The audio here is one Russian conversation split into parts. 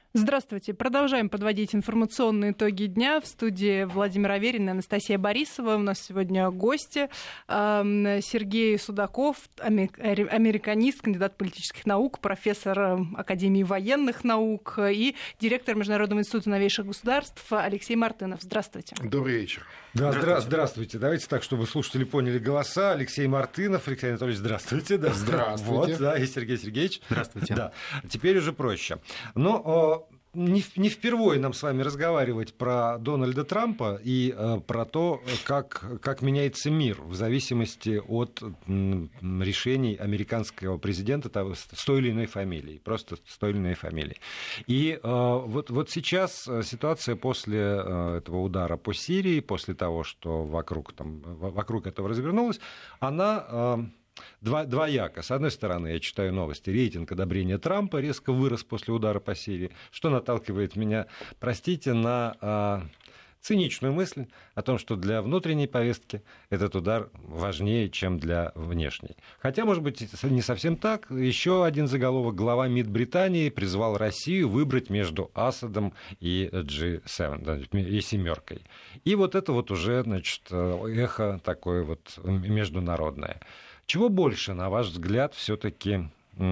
Здравствуйте. Продолжаем подводить информационные итоги дня. В студии Владимир Аверин и Анастасия Борисова. У нас сегодня гости. Сергей Судаков, американист, кандидат политических наук, профессор Академии военных наук и директор Международного института новейших государств Алексей Мартынов. Здравствуйте. Добрый вечер. Да, здравствуйте. Давайте так, чтобы слушатели поняли голоса. Алексей Мартынов. Алексей Анатольевич, здравствуйте. Да. Здравствуйте. Вот, да, и Сергей Сергеевич. Здравствуйте. Да. Теперь уже проще. Но не впервые нам с вами разговаривать про Дональда Трампа и про то, как меняется мир в зависимости от решений американского президента с той или иной фамилией, просто с той или иной фамилией. И вот сейчас ситуация после этого удара по Сирии, после того, что вокруг этого развернулось, она двояко. С одной стороны, я читаю новости, рейтинг одобрения Трампа резко вырос после удара по Сирии, что наталкивает меня, простите, на циничную мысль о том, что для внутренней повестки этот удар важнее, чем для внешней. Хотя, может быть, не совсем так. Еще один заголовок. Глава МИД Британии призвал Россию выбрать между Асадом и G7, и семеркой. И вот это вот уже, значит, эхо такое вот международное. Чего больше, на ваш взгляд, все-таки,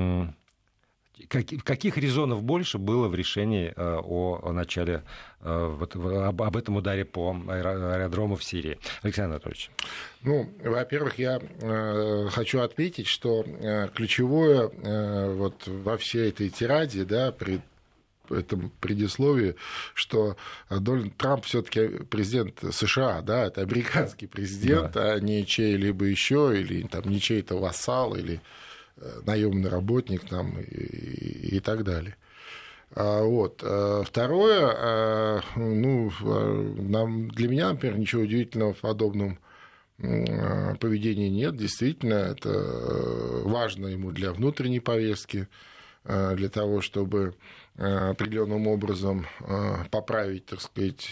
каких резонов больше было в решении о начале, об этом ударе по аэродрому в Сирии? Алексей Анатольевич. Ну, во-первых, я хочу отметить, что ключевое вот во всей этой тираде, да, при этом предисловии, что Дональд Трамп все-таки президент США, да, это американский президент, да, а не чей-либо еще, или там, не чей-то вассал, или наемный работник там, и так далее. Вот. Второе, ну, для меня, например, ничего удивительного в подобном поведении нет. Действительно, это важно ему для внутренней повестки, для того, чтобы определенным образом поправить, так сказать,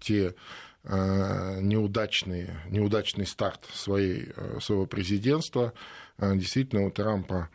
неудачный старт своего президентства. Действительно, у Трампа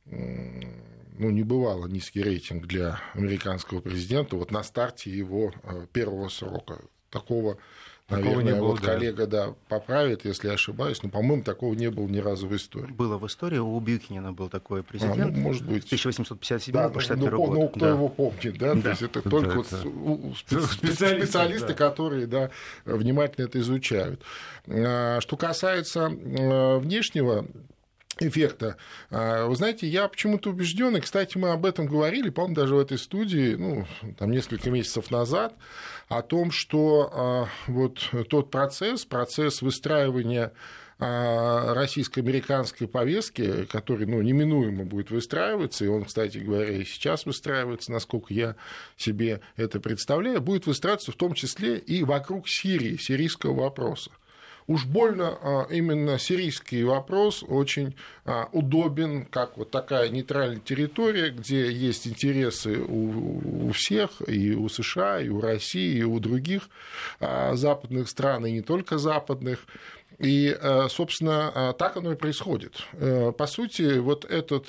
не бывало низкий рейтинг для американского президента вот на старте его первого срока. Такого наверное, не было, вот коллега, да, поправит, если я ошибаюсь, но, по-моему, такого не было ни разу в истории. Было в истории, у Бьюкенена был такой президент, может быть. 1857 да, по 61 год. Ну, кто его помнит, да? То есть это только специалисты, которые, да, внимательно это изучают. Что касается внешнего эффекта. Вы знаете, я почему-то убежден, и, кстати, мы об этом говорили, по-моему, даже в этой студии, там несколько месяцев назад, о том, что вот тот процесс выстраивания российско-американской повестки, который неминуемо будет выстраиваться, и он, кстати говоря, и сейчас выстраивается, насколько я себе это представляю, будет выстраиваться в том числе и вокруг Сирии, сирийского вопроса. Уж больно именно сирийский вопрос очень удобен, как вот такая нейтральная территория, где есть интересы у всех, и у США, и у России, и у других западных стран, и не только западных. И, собственно, так оно и происходит. По сути, вот этот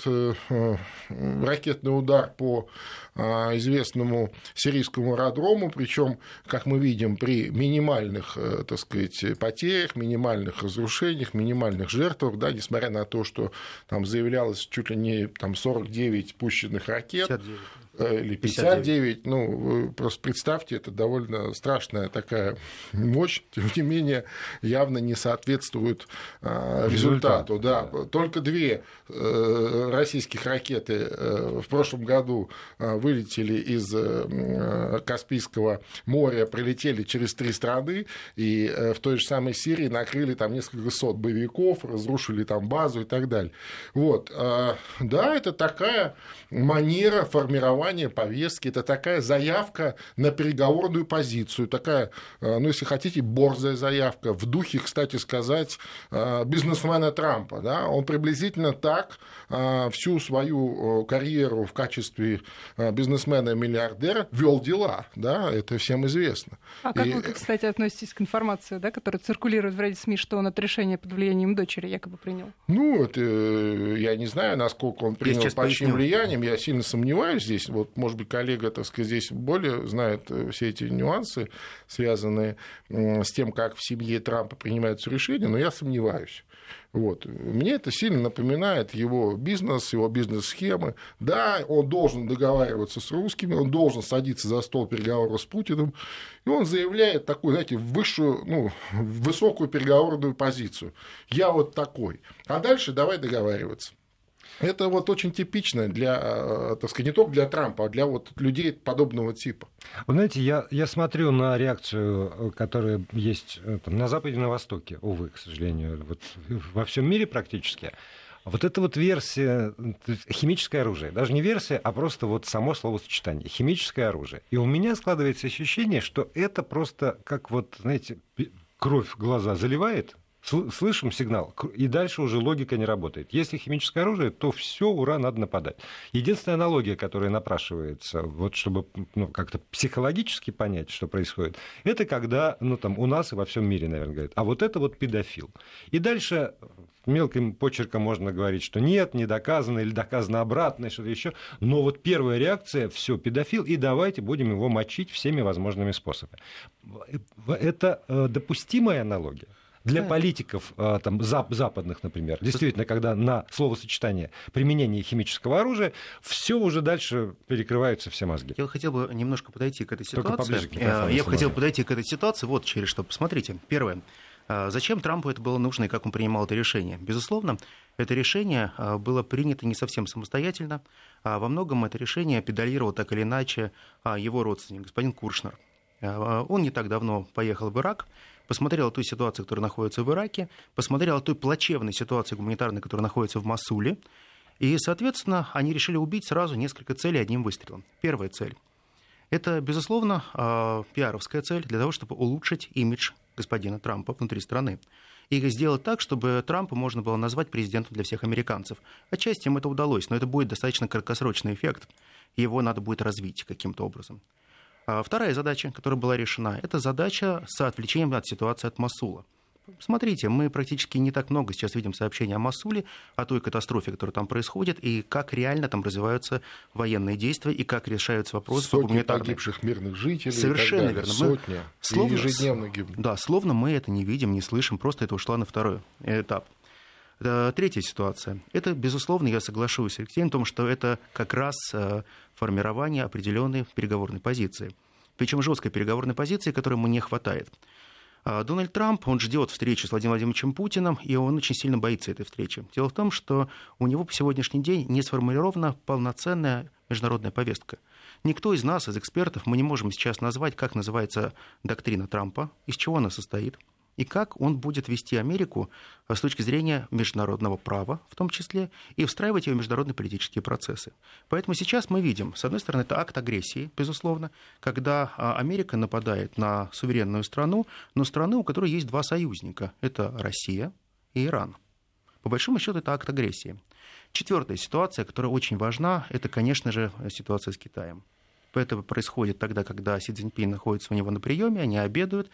ракетный удар по известному сирийскому аэродрому, причем, как мы видим, при минимальных, так сказать, потерях, минимальных разрушениях, минимальных жертвах, да, несмотря на то, что там заявлялось чуть ли не там, 49 пущенных ракет. 59. Или 59, вы просто представьте, это довольно страшная такая мощь, тем не менее, явно не соответствует результату. Да. Только 2 российских ракеты в прошлом году вылетели из Каспийского моря, прилетели через 3 страны, и в той же самой Сирии накрыли там несколько сот боевиков, разрушили там базу и так далее. Вот. Да, это такая манера формирования повестки, это такая заявка на переговорную позицию, такая, если хотите, борзая заявка, в духе, кстати сказать, бизнесмена Трампа. Да? Он приблизительно так всю свою карьеру в качестве бизнесмена-миллиардера вел дела, да? Это всем известно. А как вы, кстати, относитесь к информации, да, которая циркулирует в ряде СМИ, что он это решение под влиянием дочери якобы принял? Это я не знаю, насколько он принял под чьим влиянием, я сильно сомневаюсь здесь. вот, может быть, коллега, так сказать, здесь более знает все эти нюансы, связанные с тем, как в семье Трампа принимаются решения, но я сомневаюсь. Вот. Мне это сильно напоминает его бизнес-схемы. Да, он должен договариваться с русскими, он должен садиться за стол переговоров с Путиным, и он заявляет такую, знаете, высокую переговорную позицию. Я вот такой. А дальше давай договариваться. Это вот очень типично для, так сказать, не только для Трампа, а для вот людей подобного типа. Вы знаете, я смотрю на реакцию, которая есть там, на Западе и на Востоке, увы, к сожалению, вот, во всем мире практически. Вот эта вот версия, химическое оружие, даже не версия, а просто вот само словосочетание, химическое оружие. И у меня складывается ощущение, что это просто как вот, знаете, кровь в глаза заливает, слышим сигнал, и дальше уже логика не работает. Если химическое оружие, то все, ура, надо нападать. Единственная аналогия, которая напрашивается, вот чтобы как-то психологически понять, что происходит, это когда там, у нас и во всем мире, наверное, говорят, а вот это вот педофил. И дальше мелким почерком можно говорить, что нет, не доказано, или доказано обратное, что-то еще. Но вот первая реакция, все, педофил, и давайте будем его мочить всеми возможными способами. Это допустимая аналогия? Для политиков там, западных, например, действительно, когда на словосочетание применения химического оружия, все уже дальше перекрываются все мозги. Я хотел бы немножко подойти к этой ситуации. Я хотел подойти к этой ситуации вот через что. Посмотрите. Первое. Зачем Трампу это было нужно и как он принимал это решение? Безусловно, это решение было принято не совсем самостоятельно. Во многом это решение педалировал так или иначе его родственник, господин Куршнер. Он не так давно поехал в Ирак, посмотрел ту ситуацию, которая находится в Ираке, посмотрел той плачевной ситуации гуманитарной, которая находится в Мосуле, и, соответственно, они решили убить сразу несколько целей одним выстрелом. Первая цель – это, безусловно, пиаровская цель для того, чтобы улучшить имидж господина Трампа внутри страны и сделать так, чтобы Трампа можно было назвать президентом для всех американцев. Отчасти им это удалось, но это будет достаточно краткосрочный эффект, его надо будет развить каким-то образом. Вторая задача, которая была решена, это задача с отвлечением от ситуации от Мосула. Смотрите, мы практически не так много сейчас видим сообщений о Мосуле, о той катастрофе, которая там происходит, и как реально там развиваются военные действия, и как решаются вопросы гуманитарные. Сотни погибших мирных жителей. Совершенно верно. Сотни. Словно, ежедневно гибнут. Да, словно мы это не видим, не слышим, просто это ушло на второй этап. Третья ситуация. Это, безусловно, я соглашусь с Алексеем в том, что это как раз формирование определенной переговорной позиции. Причем жесткой переговорной позиции, которой ему не хватает. Дональд Трамп, он ждет встречи с Владимиром Владимировичем Путиным, и он очень сильно боится этой встречи. Дело в том, что у него по сегодняшний день не сформулирована полноценная международная повестка. Никто из нас, из экспертов, мы не можем сейчас назвать, как называется доктрина Трампа, из чего она состоит, и как он будет вести Америку с точки зрения международного права, в том числе, и встраивать ее в международные политические процессы. Поэтому сейчас мы видим, с одной стороны, это акт агрессии, безусловно, когда Америка нападает на суверенную страну, но страну, у которой есть два союзника. Это Россия и Иран. По большому счету, это акт агрессии. Четвертая ситуация, которая очень важна, это, конечно же, ситуация с Китаем. Это происходит тогда, когда Си Цзиньпин находится у него на приеме, они обедают.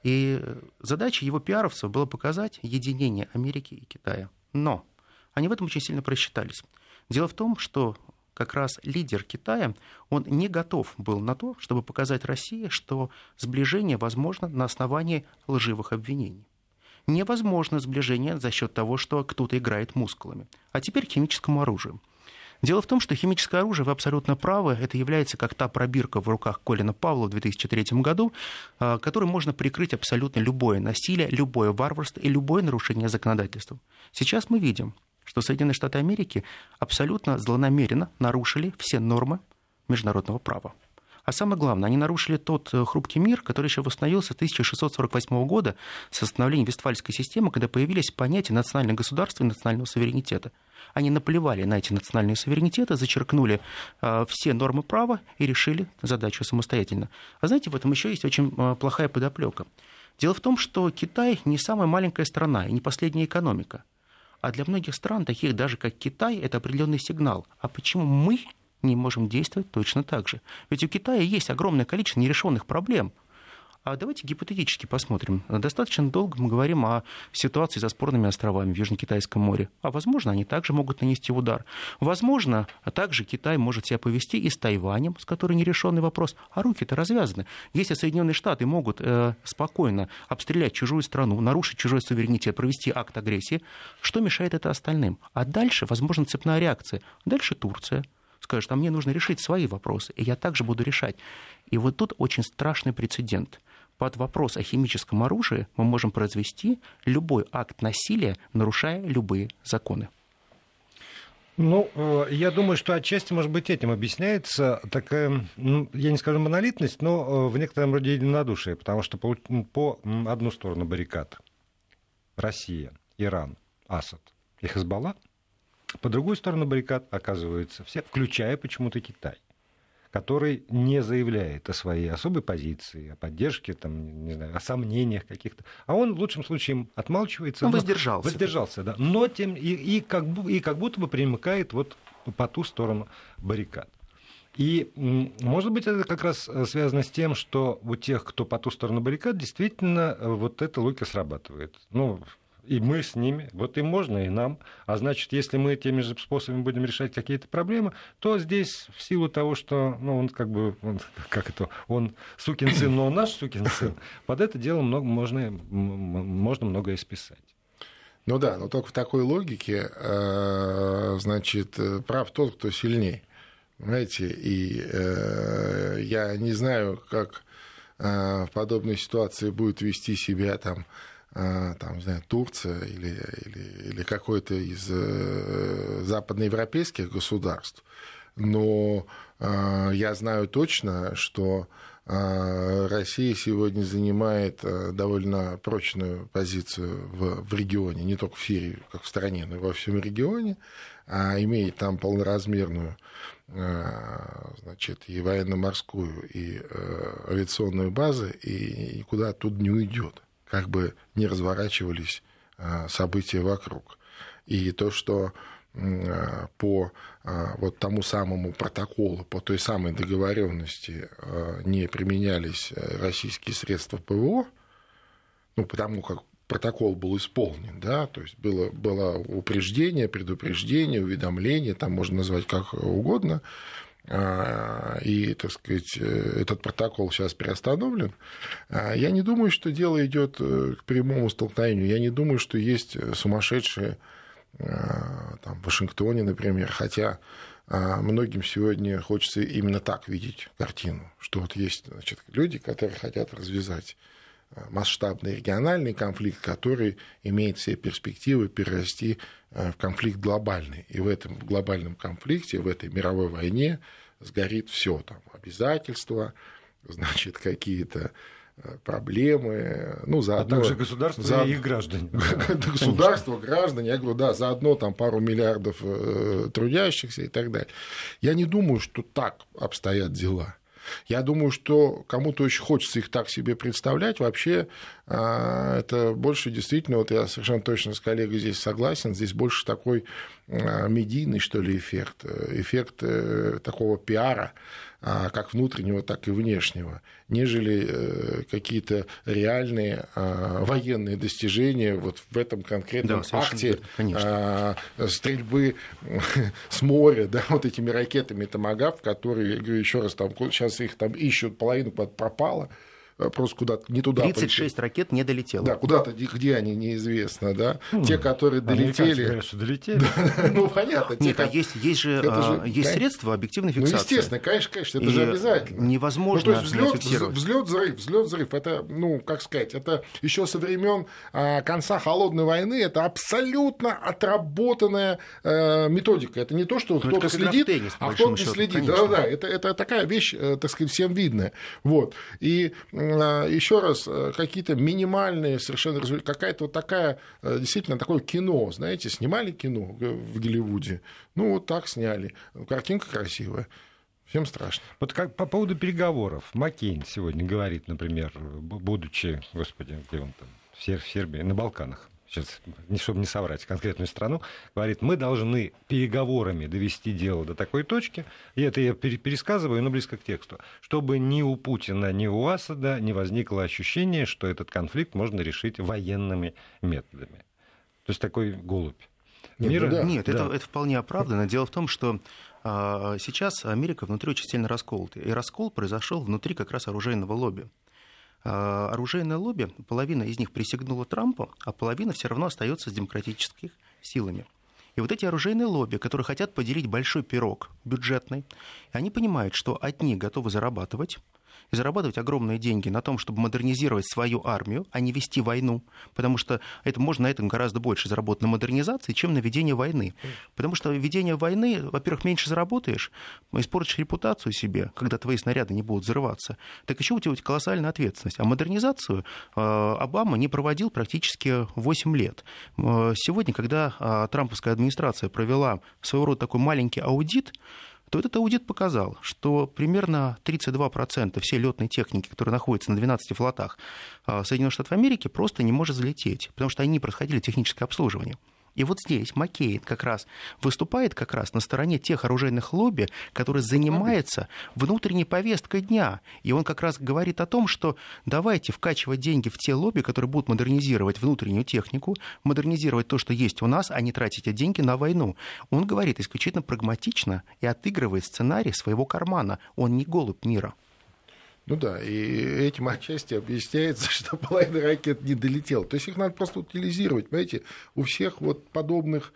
И задача его пиаровцев была показать единение Америки и Китая. Но они в этом очень сильно просчитались. Дело в том, что как раз лидер Китая, он не готов был на то, чтобы показать России, что сближение возможно на основании лживых обвинений. Невозможно сближение за счет того, что кто-то играет мускулами. А теперь к химическому оружию. Дело в том, что химическое оружие, вы абсолютно правы, это является как та пробирка в руках Колина Пауэлла в 2003 году, которой можно прикрыть абсолютно любое насилие, любое варварство и любое нарушение законодательства. Сейчас мы видим, что Соединенные Штаты Америки абсолютно злонамеренно нарушили все нормы международного права. А самое главное, они нарушили тот хрупкий мир, который еще восстановился с 1648 года, с восстановлением Вестфальской системы, когда появились понятия национального государства и национального суверенитета. Они наплевали на эти национальные суверенитеты, зачеркнули все нормы права и решили задачу самостоятельно. А знаете, в этом еще есть очень плохая подоплека. Дело в том, что Китай не самая маленькая страна и не последняя экономика. А для многих стран, таких даже как Китай, это определенный сигнал. А почему мы не можем действовать точно так же? Ведь у Китая есть огромное количество нерешенных проблем. А давайте гипотетически посмотрим. Достаточно долго мы говорим о ситуации со спорными островами в Южно-Китайском море. А возможно, они также могут нанести удар. Возможно, также Китай может себя повести и с Тайванем, с которой нерешенный вопрос. А руки-то развязаны. Если Соединенные Штаты могут спокойно обстрелять чужую страну, нарушить чужой суверенитет, провести акт агрессии, что мешает это остальным? А дальше, возможно, цепная реакция. Дальше Турция скажет, а мне нужно решить свои вопросы, и я также буду решать. И вот тут очень страшный прецедент. Под вопрос о химическом оружии мы можем произвести любой акт насилия, нарушая любые законы. Ну, я думаю, что отчасти, может быть, этим объясняется такая, я не скажу монолитность, но в некотором роде единодушие, потому что по одну сторону баррикад Россия, Иран, Асад и Хезболла, по другую сторону баррикад оказываются все, включая почему-то Китай, который не заявляет о своей особой позиции, о поддержке, там, не знаю, о сомнениях каких-то. А он в лучшем случае отмалчивается. Он воздержался. Воздержался, да. Но и как будто бы примыкает вот по ту сторону баррикад. И, может быть, это как раз связано с тем, что у тех, кто по ту сторону баррикад, действительно вот эта логика срабатывает. Ну, и мы с ними, вот им можно, и нам. А значит, если мы теми же способами будем решать какие-то проблемы, то здесь в силу того, что, он он сукин сын, но он наш сукин сын, под это дело можно многое списать. Ну да, но только в такой логике, значит, прав тот, кто сильнее. Понимаете, и я не знаю, как в подобной ситуации будет вести себя там, не знаю, Турция или какой-то из западноевропейских государств. Но я знаю точно, что Россия сегодня занимает довольно прочную позицию в регионе, не только в Сирии, как в стране, но и во всем регионе, имеет там полноразмерную, значит, и военно-морскую, и авиационную базы, и никуда оттуда не уйдет, как бы ни разворачивались события вокруг. И то, что по вот тому самому протоколу, по той самой договоренности не применялись российские средства ПВО, потому как протокол был исполнен, да, то есть было упреждение, предупреждение, уведомление, там можно назвать как угодно, и, так сказать, этот протокол сейчас приостановлен, я не думаю, что дело идет к прямому столкновению, я не думаю, что есть сумасшедшие там, в Вашингтоне, например, хотя многим сегодня хочется именно так видеть картину, что вот есть, значит, люди, которые хотят развязать масштабный региональный конфликт, который имеет все перспективы перерасти в конфликт глобальный. И в этом глобальном конфликте, в этой мировой войне сгорит все, там, обязательства, значит, какие-то проблемы, заодно... А также государство и их граждане. Государство, граждане, я говорю, да, заодно там пару миллиардов трудящихся и так далее. Я не думаю, что так обстоят дела. Я думаю, что кому-то очень хочется их так себе представлять. Вообще это больше действительно, вот я совершенно точно с коллегой здесь согласен, здесь больше такой медийный, что ли, эффект такого пиара, как внутреннего, так и внешнего, нежели какие-то реальные военные достижения вот в этом конкретном акте стрельбы с моря, да, вот этими ракетами «Томагавк», которые, я говорю еще раз, там, сейчас их там ищут, половину куда-то пропало, просто куда-то не туда 36 полетели. Ракет не долетело. Да, куда-то, где они, неизвестно, да. Те, которые долетели... Говорят, что долетели. Понятно. Нет, есть средства объективной фиксации. Естественно, конечно, это же обязательно. Невозможно фиксировать. Взлет, взрыв. Это, как сказать, это еще со времен конца Холодной войны, это абсолютно отработанная методика. Это не то, что кто-то следит, а кто-то не следит. Да, это такая вещь, так сказать, всем видная. Вот. И еще раз, какие-то минимальные совершенно результаты, какая-то вот такая, действительно, такое кино, знаете, снимали кино в Голливуде, вот так сняли, картинка красивая, всем страшно. Вот как по поводу переговоров, Маккейн сегодня говорит, например, будучи, господи, где он там, в Сербии, на Балканах, сейчас, чтобы не соврать конкретную страну, говорит, мы должны переговорами довести дело до такой точки, и это я пересказываю, но близко к тексту, чтобы ни у Путина, ни у Асада не возникло ощущение, что этот конфликт можно решить военными методами. То есть такой голубь. Нет, это вполне оправдано. Дело в том, что сейчас Америка внутри очень сильно расколота. И раскол произошел внутри как раз оружейного лобби. Оружейное лобби, половина из них присягнула Трампу, а половина все равно остается с демократическими силами. И вот эти оружейные лобби, которые хотят поделить большой пирог бюджетный, они понимают, что одни готовы зарабатывать, и зарабатывать огромные деньги на том, чтобы модернизировать свою армию, а не вести войну, потому что можно на этом гораздо больше заработать на модернизации, чем на ведении войны. Потому что ведение войны, во-первых, меньше заработаешь, испортишь репутацию себе, когда твои снаряды не будут взрываться, так еще у тебя колоссальная ответственность. А модернизацию Обама не проводил практически 8 лет. Сегодня, когда трамповская администрация провела своего рода такой маленький аудит, то этот аудит показал, что примерно 32% всей летной техники, которая находится на 12 флотах Соединенных Штатов Америки, просто не может залететь, потому что они не проходили техническое обслуживание. И вот здесь Маккейн как раз выступает как раз на стороне тех оружейных лобби, которые занимаются внутренней повесткой дня. И он как раз говорит о том, что давайте вкачивать деньги в те лобби, которые будут модернизировать внутреннюю технику, модернизировать то, что есть у нас, а не тратить эти деньги на войну. Он говорит исключительно прагматично и отыгрывает сценарий своего кармана. Он не голубь мира. Ну да, и этим отчасти объясняется, что половина ракет не долетела. То есть их надо просто утилизировать. Понимаете, у всех вот подобных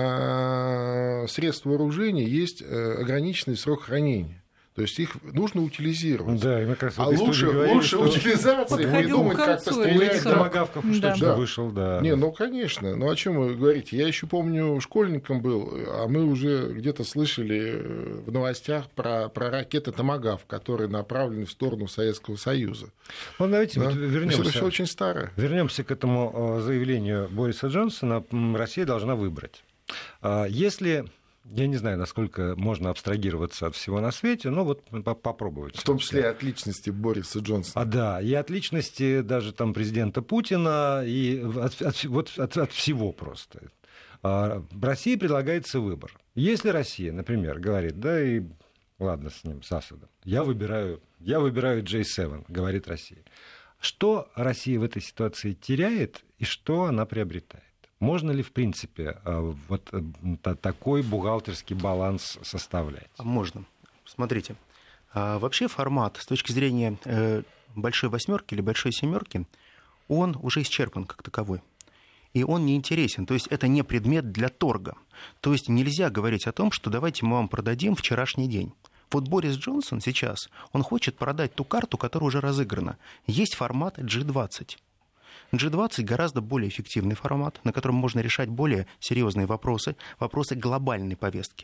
средств вооружения есть ограниченный срок хранения. То есть их нужно утилизировать. Да, и мы как раз лучше утилизация, придумать, как пострелять. Томагавков уж точно вышел, да. Не, ну, конечно. Ну, о чем вы говорите? Я еще помню, школьником был, а мы уже где-то слышали в новостях про ракеты «Томагавк», которые направлены в сторону Советского Союза. Ну, давайте вернемся. Это все очень старое. Вернемся к этому заявлению Бориса Джонсона. Россия должна выбрать. Если... Я не знаю, насколько можно абстрагироваться от всего на свете, но вот попробовать. В том числе и от личности Бориса Джонсона. Да, и от личности даже там президента Путина, и от всего просто. России предлагается выбор. Если Россия, например, говорит, да и ладно с ним, с Асадом, я выбираю J7, говорит Россия. Что Россия в этой ситуации теряет и что она приобретает? Можно ли, в принципе, вот такой бухгалтерский баланс составлять? Можно. Смотрите, вообще формат с точки зрения большой восьмерки или большой семерки, он уже исчерпан как таковой. И он не интересен, то есть это не предмет для торга. То есть нельзя говорить о том, что давайте мы вам продадим вчерашний день. Вот Борис Джонсон сейчас, он хочет продать ту карту, которая уже разыграна. Есть формат G20. G20 гораздо более эффективный формат, на котором можно решать более серьезные вопросы, вопросы глобальной повестки.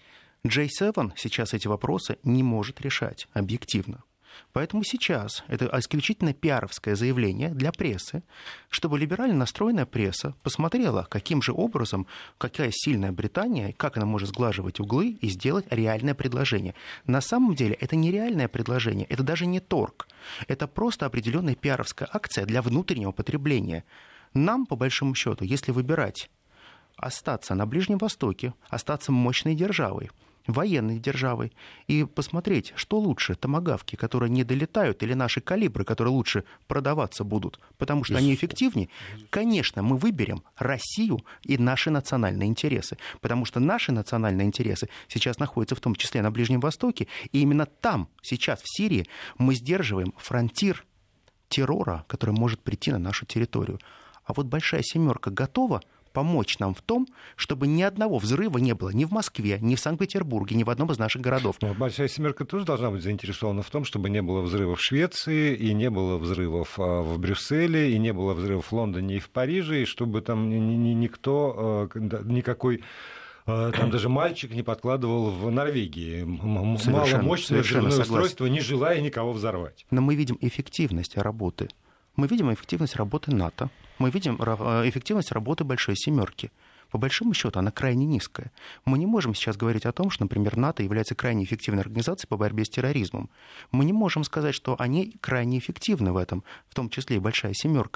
J7 сейчас эти вопросы не может решать объективно. Поэтому сейчас это исключительно пиаровское заявление для прессы, чтобы либерально настроенная пресса посмотрела, каким же образом, какая сильная Британия, как она может сглаживать углы и сделать реальное предложение. На самом деле это не реальное предложение, это даже не торг. Это просто определенная пиаровская акция для внутреннего потребления. Нам, по большому счету, если выбирать остаться на Ближнем Востоке, остаться мощной державой, военной державой, и посмотреть, что лучше, томагавки, которые не долетают, или наши калибры, которые лучше продаваться будут, потому что они эффективнее, конечно, мы выберем Россию и наши национальные интересы, потому что наши национальные интересы сейчас находятся в том числе на Ближнем Востоке, и именно там, сейчас, в Сирии, мы сдерживаем фронтир террора, который может прийти на нашу территорию. А вот большая семерка готова помочь нам в том, чтобы ни одного взрыва не было ни в Москве, ни в Санкт-Петербурге, ни в одном из наших городов. Но большая семерка тоже должна быть заинтересована в том, чтобы не было взрывов в Швеции, и не было взрывов в Брюсселе, и не было взрывов в Лондоне и в Париже, и чтобы там никто, никакой... Там даже мальчик не подкладывал в Норвегии маломощное взрывное устройство, не желая никого взорвать. Но мы видим эффективность работы. Мы видим эффективность работы НАТО. Мы видим эффективность работы большой семерки. По большому счету она крайне низкая. Мы не можем сейчас говорить о том, что, например, НАТО является крайне эффективной организацией по борьбе с терроризмом. Мы не можем сказать, что они крайне эффективны в этом, в том числе и большая семерка.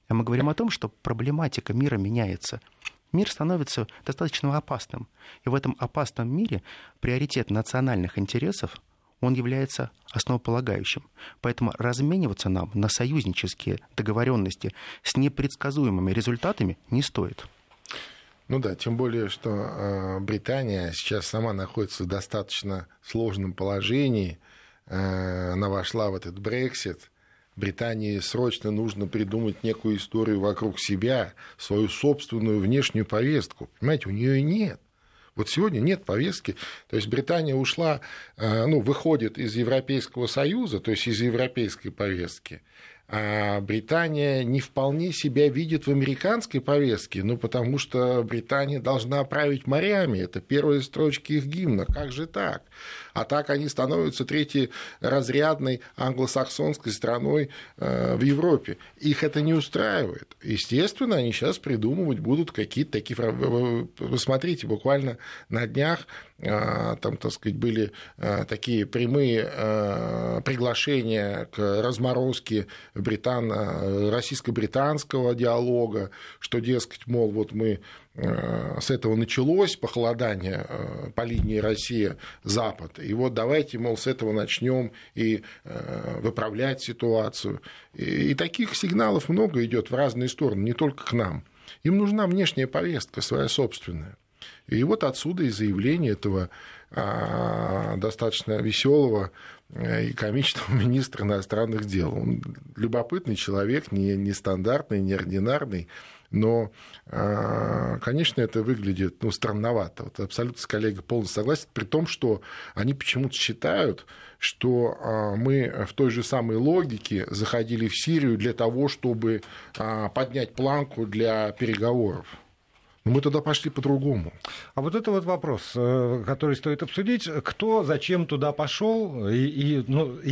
А мы говорим о том, что проблематика мира меняется. Мир становится достаточно опасным. И в этом опасном мире приоритет национальных интересов, он является основополагающим. Поэтому размениваться нам на союзнические договоренности с непредсказуемыми результатами не стоит. Ну да, тем более, что Британия сейчас сама находится в достаточно сложном положении. Она вошла в этот Брексит. Британии срочно нужно придумать некую историю вокруг себя, свою собственную внешнюю повестку. Понимаете, у нее нет. Вот сегодня нет повестки. То есть Британия ушла, выходит из Европейского Союза, то есть из европейской повестки. А Британия не вполне себя видит в американской повестке, потому что Британия должна править морями. Это первые строчки их гимна. Как же так? А так они становятся третьеразрядной англосаксонской страной в Европе. Их это не устраивает. Естественно, они сейчас придумывать будут какие-то такие... Вы смотрите, буквально на днях там, так сказать, были такие прямые приглашения к разморозке российско-британского диалога, что, дескать, мол, вот мы с этого началось похолодание по линии Россия-Запад, и вот давайте, мол, с этого начнем и выправлять ситуацию. И таких сигналов много идет в разные стороны, не только к нам. Им нужна внешняя повестка, своя собственная. И вот отсюда и заявление этого достаточно веселого и комичного министра иностранных дел. Он любопытный человек, не стандартный, неординарный, но, конечно, это выглядит странновато. Вот абсолютно с коллегой полностью согласен, при том, что они почему-то считают, что мы в той же самой логике заходили в Сирию для того, чтобы поднять планку для переговоров. Но мы туда пошли по-другому. А вот это вот вопрос, который стоит обсудить. Кто, зачем туда пошел и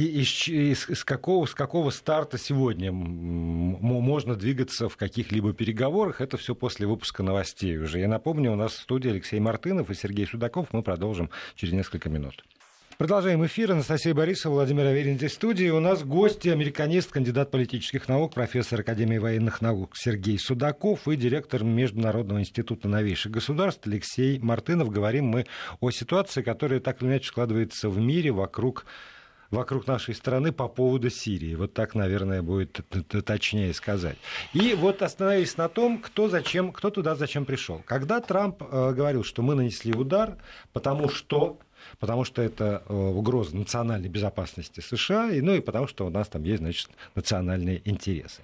с какого старта сегодня можно двигаться в каких-либо переговорах? Это все после выпуска новостей уже. Я напомню, у нас в студии Алексей Мартынов и Сергей Судаков. Мы продолжим через несколько минут. Продолжаем эфир. Анастасия Борисова, Владимир Аверин здесь в студии. У нас гости, американист, кандидат политических наук, профессор Академии военных наук Сергей Судаков и директор Международного института новейших государств Алексей Мартынов. Говорим мы о ситуации, которая так или иначе складывается в мире вокруг нашей страны по поводу Сирии. Вот так, наверное, будет точнее сказать. И вот остановились на том, кто туда зачем пришел. Когда Трамп говорил, что мы нанесли удар, потому что это угроза национальной безопасности США, и потому что у нас там есть, значит, национальные интересы.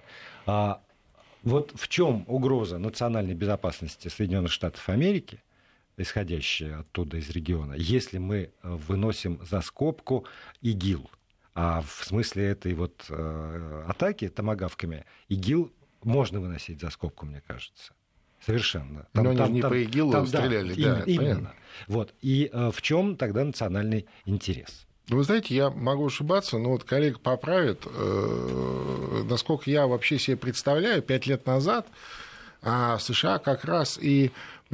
Вот в чем угроза национальной безопасности Соединенных Штатов Америки, исходящая оттуда из региона, если мы выносим за скобку ИГИЛ? А в смысле этой вот атаки томагавками ИГИЛ можно выносить за скобку, мне кажется. Совершенно. Но они же не по ИГИЛу стреляли. Да, именно. Вот. И в чем тогда национальный интерес? Вы знаете, я могу ошибаться, но вот коллега поправит. Насколько я вообще себе представляю, 5 лет назад США как раз и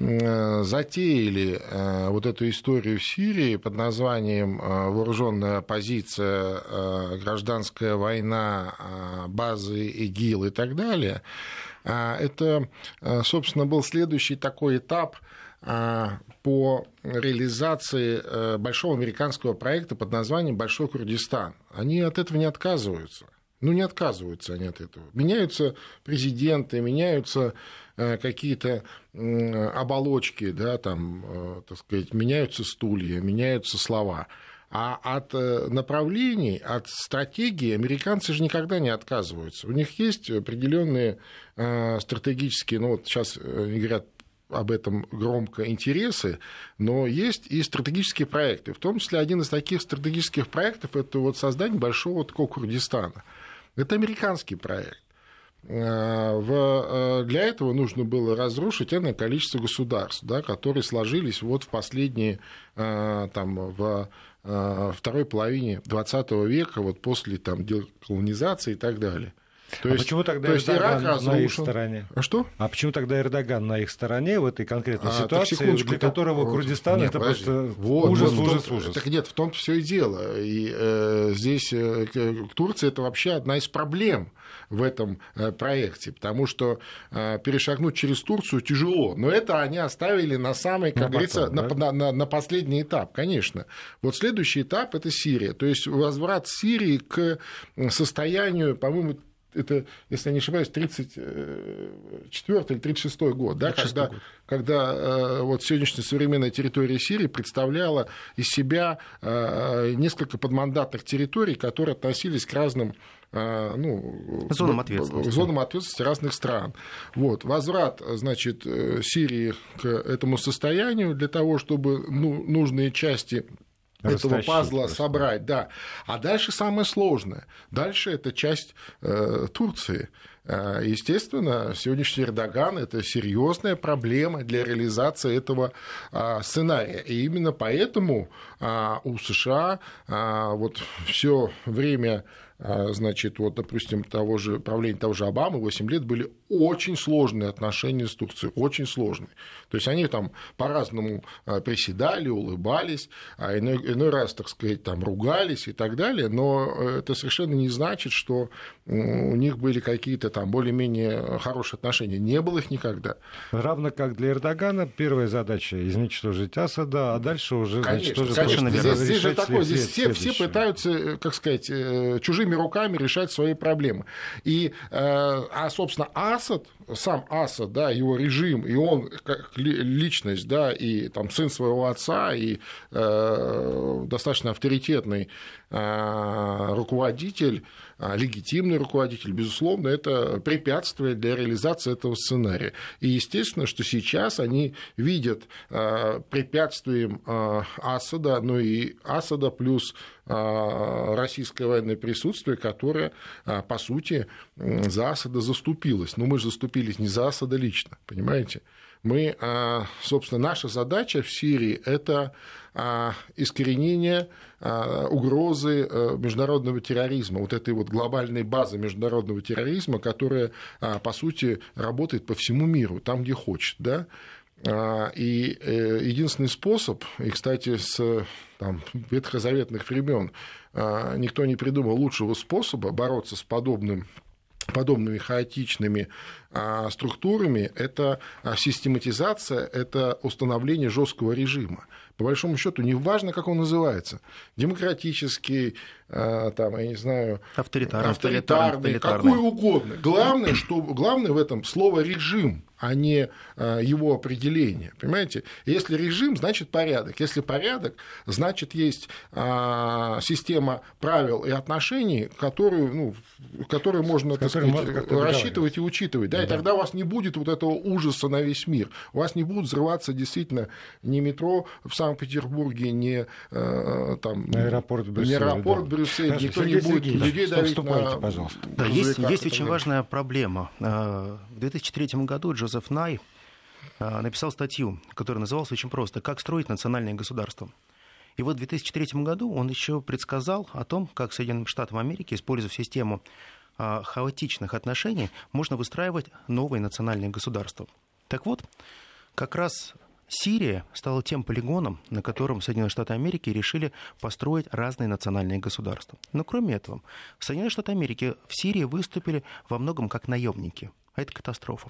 затеяли вот эту историю в Сирии под названием «Вооруженная оппозиция, гражданская война, базы ИГИЛ» и так далее. Это, собственно, был следующий такой этап по реализации большого американского проекта под названием «Большой Курдистан». Они от этого не отказываются. Не отказываются они от этого. Меняются президенты, меняются какие-то оболочки, да, там, так сказать, меняются стулья, меняются слова. А от направлений, от стратегии американцы же никогда не отказываются. У них есть определенные стратегические, вот сейчас говорят об этом громко, интересы, но есть и стратегические проекты. В том числе один из таких стратегических проектов – это вот создание большого такого Курдистана. Это американский проект. Для этого нужно было разрушить энное количество государств, да, которые сложились вот в последние, во второй половине XX века, вот после деколонизации и так далее. Почему тогда Эрдоган на их стороне? А что? А почему тогда Эрдоган на их стороне в этой конкретной ситуации, для которого Курдистан это просто ужас. Так нет, в том все и дело. И здесь Турция — это вообще одна из проблем в этом проекте, потому что перешагнуть через Турцию тяжело. Но это они оставили на самый, как говорится, на последний этап, конечно. Вот следующий этап — это Сирия. То есть возврат Сирии к состоянию, по-моему, это, если я не ошибаюсь, 34 или 36 год, да, когда вот сегодняшняя современная территория Сирии представляла из себя несколько подмандатных территорий, которые относились к разным зонам ответственности разных стран. Вот. Возврат, значит, Сирии к этому состоянию для того, чтобы нужные части этого пазла собрать, да. А дальше самое сложное. Дальше это часть Турции. Естественно, сегодняшний Эрдоган — это серьезная проблема для реализации этого сценария. И именно поэтому у США вот все время, значит, вот, допустим, правления того же Обамы 8 лет были очень сложные отношения с Турцией, очень сложные. То есть они там по-разному приседали, улыбались, а иной раз, так сказать, там ругались и так далее, но это совершенно не значит, что у них были какие-то там более-менее хорошие отношения. Не было их никогда. Равно как для Эрдогана первая задача — изничтожить Асада, а дальше уже... Конечно. Здесь же такое, здесь все пытаются, как сказать, чужими руками решать свои проблемы. И, собственно, сам Асад, да, его режим, и он как личность, да, и там сын своего отца, и достаточно авторитетный руководитель, легитимный руководитель, безусловно, это препятствие для реализации этого сценария. И естественно, что сейчас они видят препятствием Асада, но и Асада плюс российское военное присутствие, которое, по сути, за Асада заступилось. Но мы же заступились не за Асада лично, понимаете? Мы, собственно, наша задача в Сирии – это искоренение угрозы международного терроризма, вот этой вот глобальной базы международного терроризма, которая, по сути, работает по всему миру, там, где хочет, да? И единственный способ, и, кстати, с ветхозаветных времен никто не придумал лучшего способа бороться с подобными хаотичными структурами, это систематизация, это установление жесткого режима. По большому счету, не важно, как он называется, демократический, там, я не знаю, авторитарный, какой угодно. Главное в этом слово «режим», а не его определение. Понимаете? Если режим, значит порядок. Если порядок, значит есть система правил и отношений, которую можно, так сказать, рассчитывать и учитывать. Да? И тогда у вас не будет вот этого ужаса на весь мир. У вас не будут взрываться действительно ни метро в Санкт-Петербурге, ни аэропорт Брюссель, никто не будет людей давить на... пожалуйста. Да, есть очень важная проблема. В 2003 году Джозеф Най написал статью, которая называлась очень просто «Как строить национальное государство». И вот в 2003 году он еще предсказал о том, как Соединенным Штатам Америки, используя систему хаотичных отношений, можно выстраивать новые национальные государства. Так вот, как раз Сирия стала тем полигоном, на котором Соединенные Штаты Америки решили построить разные национальные государства. Но кроме этого, Соединенные Штаты Америки в Сирии выступили во многом как наемники. А это катастрофа.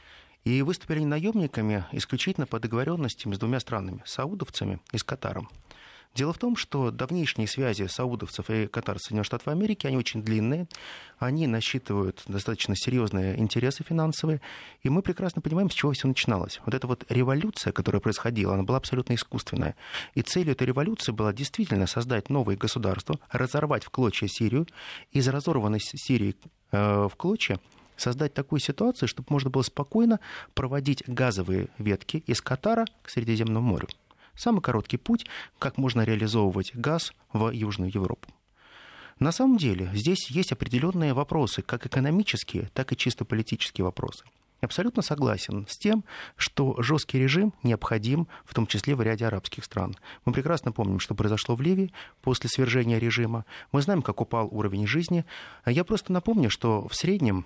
И выступили они наемниками исключительно по договоренности с двумя странами – саудовцами и с Катаром. Дело в том, что давнишние связи саудовцев и катарцев Соединенных Штатов Америки, они очень длинные, они насчитывают достаточно серьезные интересы финансовые, и мы прекрасно понимаем, с чего все начиналось. Вот эта вот революция, которая происходила, она была абсолютно искусственная. И целью этой революции была действительно создать новые государства, разорвать в клочья Сирию, из разорванной Сирии в клочья создать такую ситуацию, чтобы можно было спокойно проводить газовые ветки из Катара к Средиземному морю. Самый короткий путь, как можно реализовывать газ в Южную Европу. На самом деле здесь есть определенные вопросы, как экономические, так и чисто политические вопросы. Абсолютно согласен с тем, что жесткий режим необходим, в том числе в ряде арабских стран. Мы прекрасно помним, что произошло в Ливии после свержения режима. Мы знаем, как упал уровень жизни. Я просто напомню, что в среднем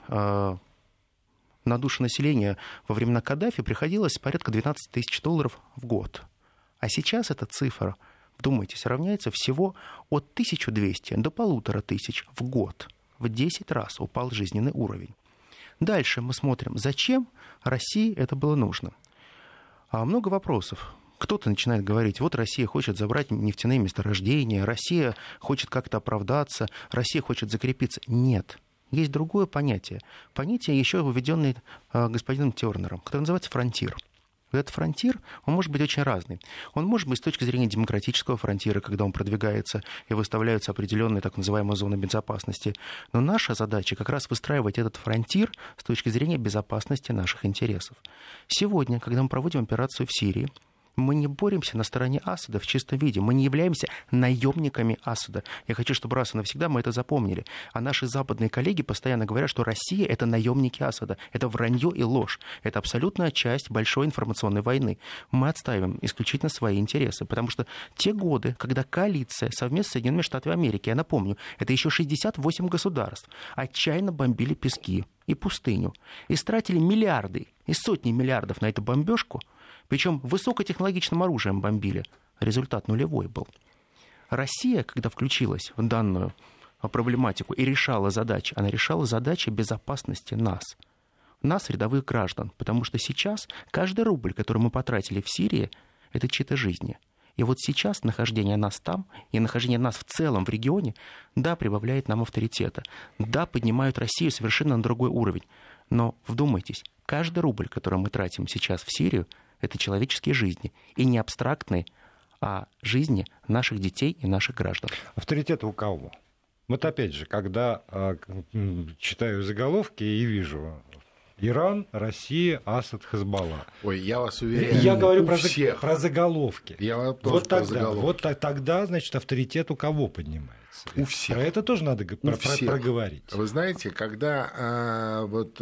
на душу населения во времена Каддафи приходилось порядка $12 тысяч в год. А сейчас эта цифра, вдумайтесь, равняется всего от 1200 до 1500 в год. В 10 раз упал жизненный уровень. Дальше мы смотрим, зачем России это было нужно. Много вопросов. Кто-то начинает говорить, вот Россия хочет забрать нефтяные месторождения, Россия хочет как-то оправдаться, Россия хочет закрепиться. Нет. Есть другое понятие. Понятие, еще введенное господином Тернером, которое называется фронтир. Этот фронтир, он может быть очень разный. Он может быть с точки зрения демократического фронтира, когда он продвигается и выставляются определенные так называемые зоны безопасности. Но наша задача как раз выстраивать этот фронтир с точки зрения безопасности наших интересов. Сегодня, когда мы проводим операцию в Сирии, мы не боремся на стороне Асада в чистом виде. Мы не являемся наемниками Асада. Я хочу, чтобы раз и навсегда мы это запомнили. А наши западные коллеги постоянно говорят, что Россия — это наемники Асада. Это вранье и ложь. Это абсолютная часть большой информационной войны. Мы отстаиваем исключительно свои интересы. Потому что те годы, когда коалиция совместно с Соединенными Штатами Америки, я напомню, это еще 68 государств, отчаянно бомбили пески и пустыню. И стратили миллиарды и сотни миллиардов на эту бомбежку. Причем высокотехнологичным оружием бомбили. Результат нулевой был. Россия, когда включилась в данную проблематику и решала задачи, она решала задачи безопасности нас, рядовых граждан. Потому что сейчас каждый рубль, который мы потратили в Сирии, это чьи-то жизни. И вот сейчас нахождение нас там и нахождение нас в целом в регионе, да, прибавляет нам авторитета. Да, поднимают Россию совершенно на другой уровень. Но вдумайтесь, каждый рубль, который мы тратим сейчас в Сирию, это человеческие жизни. И не абстрактные, а жизни наших детей и наших граждан. Авторитет у кого? Вот опять же, когда читаю заголовки и вижу Иран, Россия, Асад, Хезболла. Ой, я вас уверяю, я говорю про заголовки. Я тоже про заголовки. Вот тогда, значит, авторитет у кого поднимается? У всех. Про это тоже надо проговорить. Вы знаете, когда вот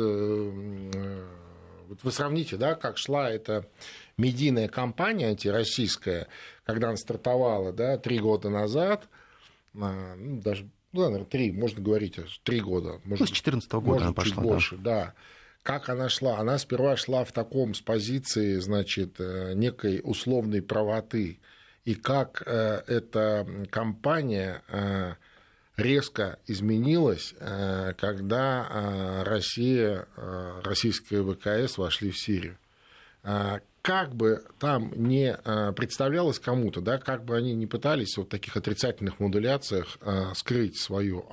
вы сравните, да, как шла эта медийная кампания антироссийская, когда она стартовала, да, 3 года назад, даже, наверное, 3, можно говорить, 3 года. Может, с 2014 года она пошла. Чуть больше, да. Как она шла? Она сперва шла в таком, с позиции, значит, некой условной правоты. И как эта кампания резко изменилась, когда российские ВКС вошли в Сирию. Как бы там не представлялось кому-то, да, как бы они не пытались в таких отрицательных модуляциях скрыть свое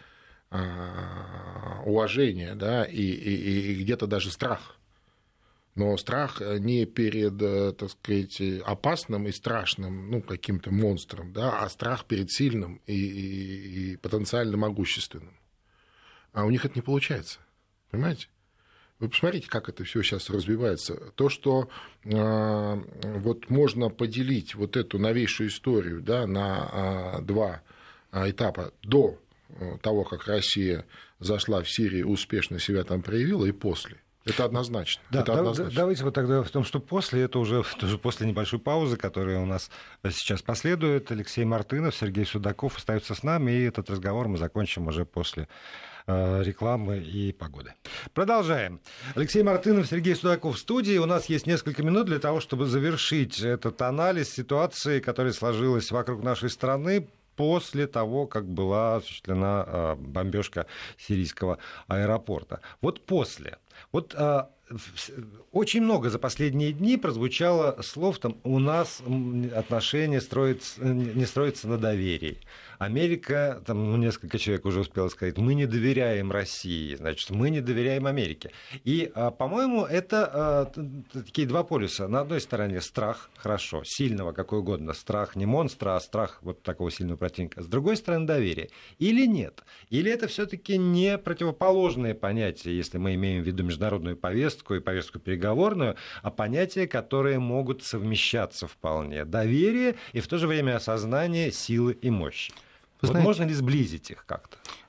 уважение, да, и где-то даже страх. Но страх не перед, так сказать, опасным и страшным, каким-то монстром, да, а страх перед сильным и потенциально могущественным. А у них это не получается, понимаете? Вы посмотрите, как это все сейчас развивается. То, что вот можно поделить вот эту новейшую историю, да, на 2 этапа до того, как Россия зашла в Сирию, успешно себя там проявила, и после. Это однозначно. Да, это однозначно. Давайте вот тогда в том, что после, это уже тоже после небольшой паузы, которая у нас сейчас последует. Алексей Мартынов, Сергей Судаков остаются с нами, и этот разговор мы закончим уже после рекламы и погоды. Продолжаем. Алексей Мартынов, Сергей Судаков в студии. У нас есть несколько минут для того, чтобы завершить этот анализ ситуации, которая сложилась вокруг нашей страны после того, как была осуществлена бомбежка сирийского аэропорта. Вот после. Вот очень много за последние дни прозвучало слов, там, у нас отношения не строятся на доверии. Америка, там несколько человек уже успело сказать, мы не доверяем России, значит, мы не доверяем Америке. И, по-моему, это такие 2 полюса. На одной стороне страх, хорошо, сильного, какой угодно, страх не монстра, а страх вот такого сильного противника. С другой стороны, доверие. Или нет? Или это все-таки не противоположные понятия, если мы имеем в виду международную повестку и повестку переговорную, а понятия, которые могут совмещаться вполне. Доверие и в то же время осознание силы и мощи. Вот знаете, можно ли сблизить их как-то?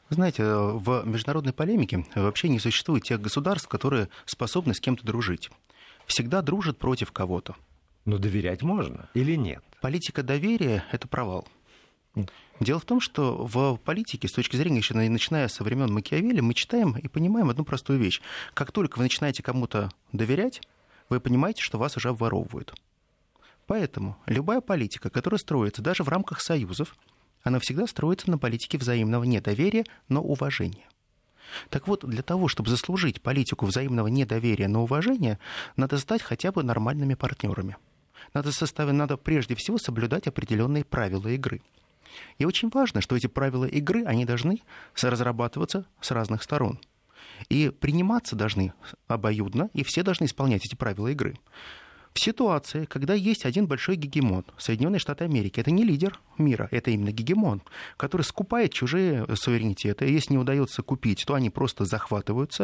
Знаете, в международной полемике вообще не существует тех государств, которые способны с кем-то дружить. Всегда дружат против кого-то. Но доверять можно или нет? Политика доверия – это провал. Дело в том, что в политике, с точки зрения, еще начиная со времен Макиавелли, мы читаем и понимаем одну простую вещь. Как только вы начинаете кому-то доверять, вы понимаете, что вас уже обворовывают. Поэтому любая политика, которая строится даже в рамках союзов, она всегда строится на политике взаимного недоверия, но уважения. Так вот, для того, чтобы заслужить политику взаимного недоверия, но уважения, надо стать хотя бы нормальными партнерами. Надо прежде всего соблюдать определенные правила игры. И очень важно, что эти правила игры, они должны разрабатываться с разных сторон. И приниматься должны обоюдно, и все должны исполнять эти правила игры. В ситуации, когда есть один большой гегемон, Соединенные Штаты Америки, это не лидер мира, это именно гегемон, который скупает чужие суверенитеты. И если не удается купить, то они просто захватываются.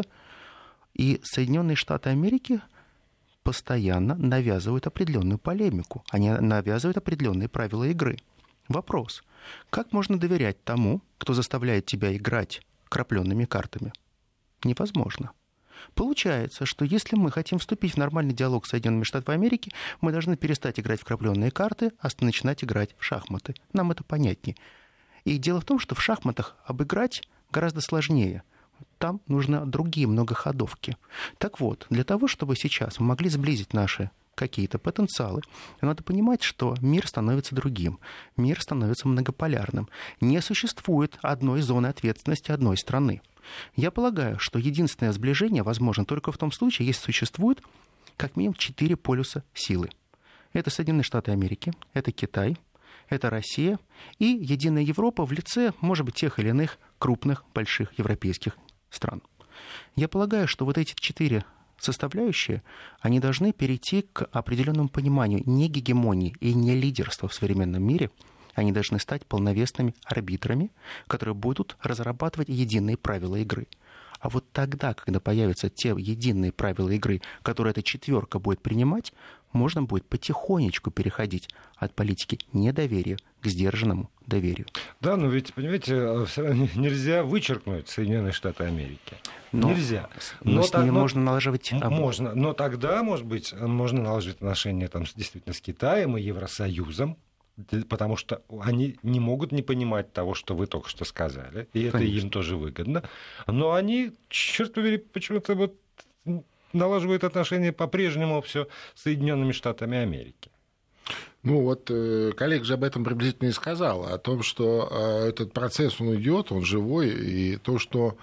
И Соединенные Штаты Америки постоянно навязывают определенную полемику. Они навязывают определенные правила игры. Вопрос. Как можно доверять тому, кто заставляет тебя играть крапленными картами? Невозможно. Получается, что если мы хотим вступить в нормальный диалог с Соединенными Штатами Америки, мы должны перестать играть в крапленые карты, а начинать играть в шахматы. Нам это понятнее. И дело в том, что в шахматах обыграть гораздо сложнее. Там нужны другие многоходовки. Так вот, для того, чтобы сейчас мы могли сблизить наши какие-то потенциалы, надо понимать, что мир становится другим, мир становится многополярным. Не существует одной зоны ответственности одной страны. Я полагаю, что единственное сближение возможно только в том случае, если существует как минимум 4 полюса силы. Это Соединенные Штаты Америки, это Китай, это Россия и единая Европа в лице, может быть, тех или иных крупных, больших европейских стран. Я полагаю, что вот эти 4 составляющие, они должны перейти к определенному пониманию не гегемонии и не лидерства в современном мире. Они должны стать полновесными арбитрами, которые будут разрабатывать единые правила игры. А вот тогда, когда появятся те единые правила игры, которые эта 4 будет принимать, можно будет потихонечку переходить от политики недоверия к сдержанному доверию. Да, но ведь, понимаете, все равно нельзя вычеркнуть Соединенные Штаты Америки. Нельзя. Но с ними можно налаживать... Можно, но тогда, может быть, можно наложить отношения там, действительно с Китаем и Евросоюзом, потому что они не могут не понимать того, что вы только что сказали, и это им тоже выгодно. Но они, черт побери, почему-то вот налаживают отношения по-прежнему все с Соединенными Штатами Америки. Ну вот коллега же об этом приблизительно и сказал, о том, что этот процесс, он идет, он живой, и то, что,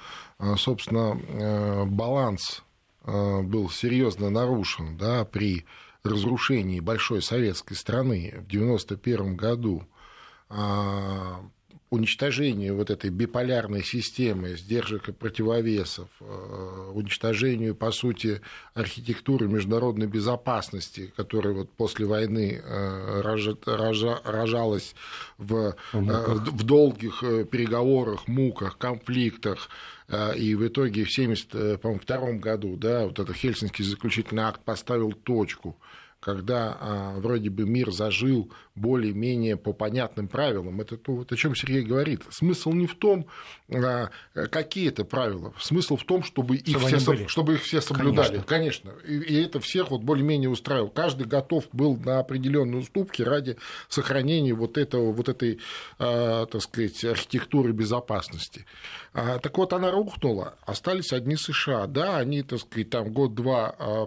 собственно, баланс был серьезно нарушен, да, при разрушении большой советской страны в 1991 году, уничтожению вот этой биполярной системы сдержек и противовесов, уничтожению, по сути, архитектуры международной безопасности, которая вот после войны рожалась в долгих переговорах, муках, конфликтах, и в итоге в 1972 году, да, вот этот Хельсинкский заключительный акт поставил точку, когда вроде бы мир зажил более-менее по понятным правилам. Это то, вот о чем Сергей говорит. Смысл не в том, какие это правила. Смысл в том, чтобы их все соблюдали. Конечно. И это всех вот более-менее устраивало. Каждый готов был на определенные уступки ради сохранения вот этой, так сказать, архитектуры безопасности. Так вот, она рухнула, остались одни США. Да, они, так сказать, там год-два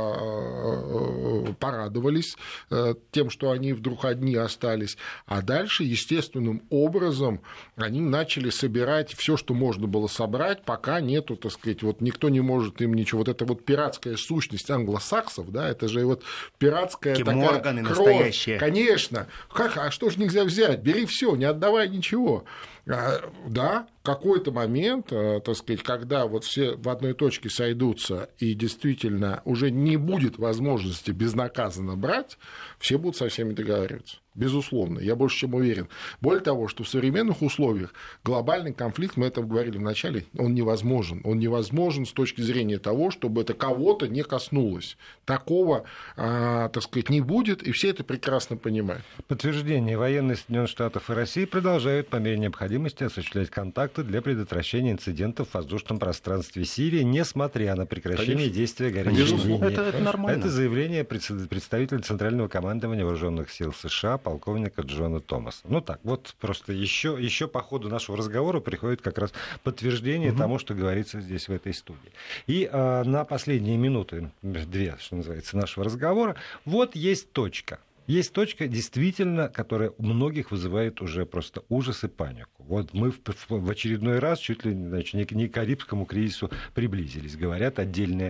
порадовались тем, что они вдруг одни остались, а дальше естественным образом они начали собирать все, что можно было собрать, пока нету, так сказать, вот никто не может им ничего. Вот эта вот пиратская сущность англосаксов, да, это же вот пиратская такая кровь. Настоящая. Конечно. А что же нельзя взять? Бери все, не отдавай ничего. Да, в какой-то момент, так сказать, когда вот все в одной точке сойдутся и действительно уже не будет возможности безнаказанно брать, все будут со всеми договариваться. Безусловно, я больше чем уверен. Более того, что в современных условиях глобальный конфликт, мы это говорили в начале, он невозможен. Он невозможен с точки зрения того, чтобы это кого-то не коснулось. Такого, так сказать, не будет, и все это прекрасно понимают. Подтверждение. Военные Соединенных Штатов и России продолжают по мере необходимости осуществлять контакты для предотвращения инцидентов в воздушном пространстве Сирии, несмотря на прекращение действия горячей линии. Это нормально. Это заявление представителя Центрального командования Вооруженных сил США, полковника Джона Томаса. Ну так, вот просто еще по ходу нашего разговора приходит как раз подтверждение тому, что говорится здесь в этой студии. И на последние минуты, 2, что называется, нашего разговора, вот есть точка. Есть точка, действительно, которая у многих вызывает уже просто ужас и панику. Вот мы в очередной раз чуть ли, значит, не к Карибскому кризису приблизились. Говорят отдельные...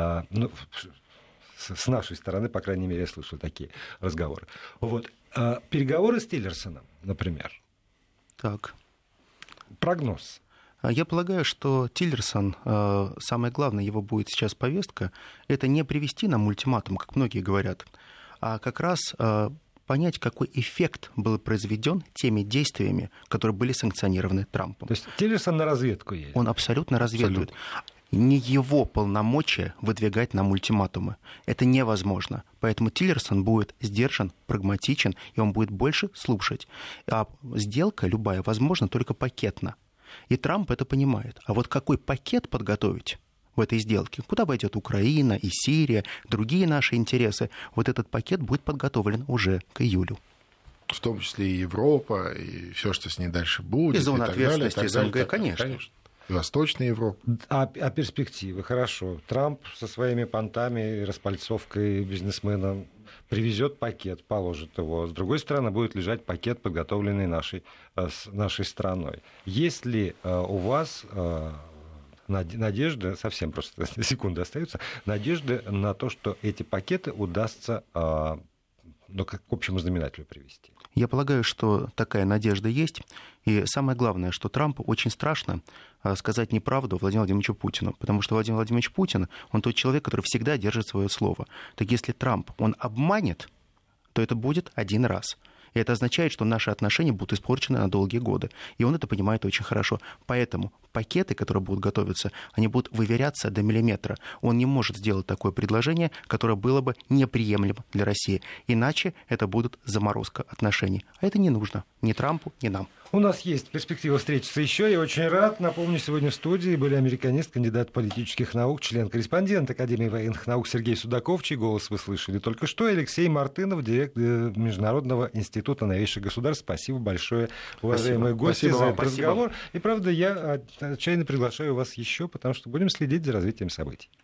с нашей стороны, по крайней мере, я слышал такие разговоры. Вот. Переговоры с Тиллерсоном, например. Так. Прогноз. Я полагаю, что Тиллерсон, самое главное, его будет сейчас повестка, это не привести нам ультиматум, как многие говорят, а как раз понять, какой эффект был произведен теми действиями, которые были санкционированы Трампом. То есть Тиллерсон на разведку едет? Он абсолютно разведывает. Не его полномочия выдвигать нам ультиматумы. Это невозможно. Поэтому Тиллерсон будет сдержан, прагматичен, и он будет больше слушать. А сделка любая возможна только пакетно. И Трамп это понимает. А вот какой пакет подготовить в этой сделке, куда войдет Украина и Сирия, другие наши интересы, вот этот пакет будет подготовлен уже к июлю. В том числе и Европа, и все, что с ней дальше будет. И зона ответственности СНГ, конечно. Восточная Европа. А перспективы? Хорошо. Трамп со своими понтами и распальцовкой бизнесмена привезет пакет, положит его. С другой стороны, будет лежать пакет, подготовленный нашей страной. Есть ли у вас надежда, совсем просто секунды остаются, надежда на то, что эти пакеты удастся к общему знаменателю привести? Я полагаю, что такая надежда есть. И самое главное, что Трампу очень страшно сказать неправду Владимиру Владимировичу Путину. Потому что Владимир Владимирович Путин, он тот человек, который всегда держит свое слово. Так если Трамп, он обманет, то это будет один раз. И это означает, что наши отношения будут испорчены на долгие годы. И он это понимает очень хорошо. Поэтому пакеты, которые будут готовиться, они будут выверяться до миллиметра. Он не может сделать такое предложение, которое было бы неприемлемо для России. Иначе это будет заморозка отношений. А это не нужно ни Трампу, ни нам. У нас есть перспектива встретиться еще. Я очень рад. Напомню, сегодня в студии были американист, кандидат политических наук, член-корреспондент Академии военных наук Сергей Судаков, чей голос вы слышали только что, и Алексей Мартынов, директор Международного института новейших государств. Спасибо большое, уважаемые гости, за этот разговор. И правда, я отчаянно приглашаю вас еще, потому что будем следить за развитием событий.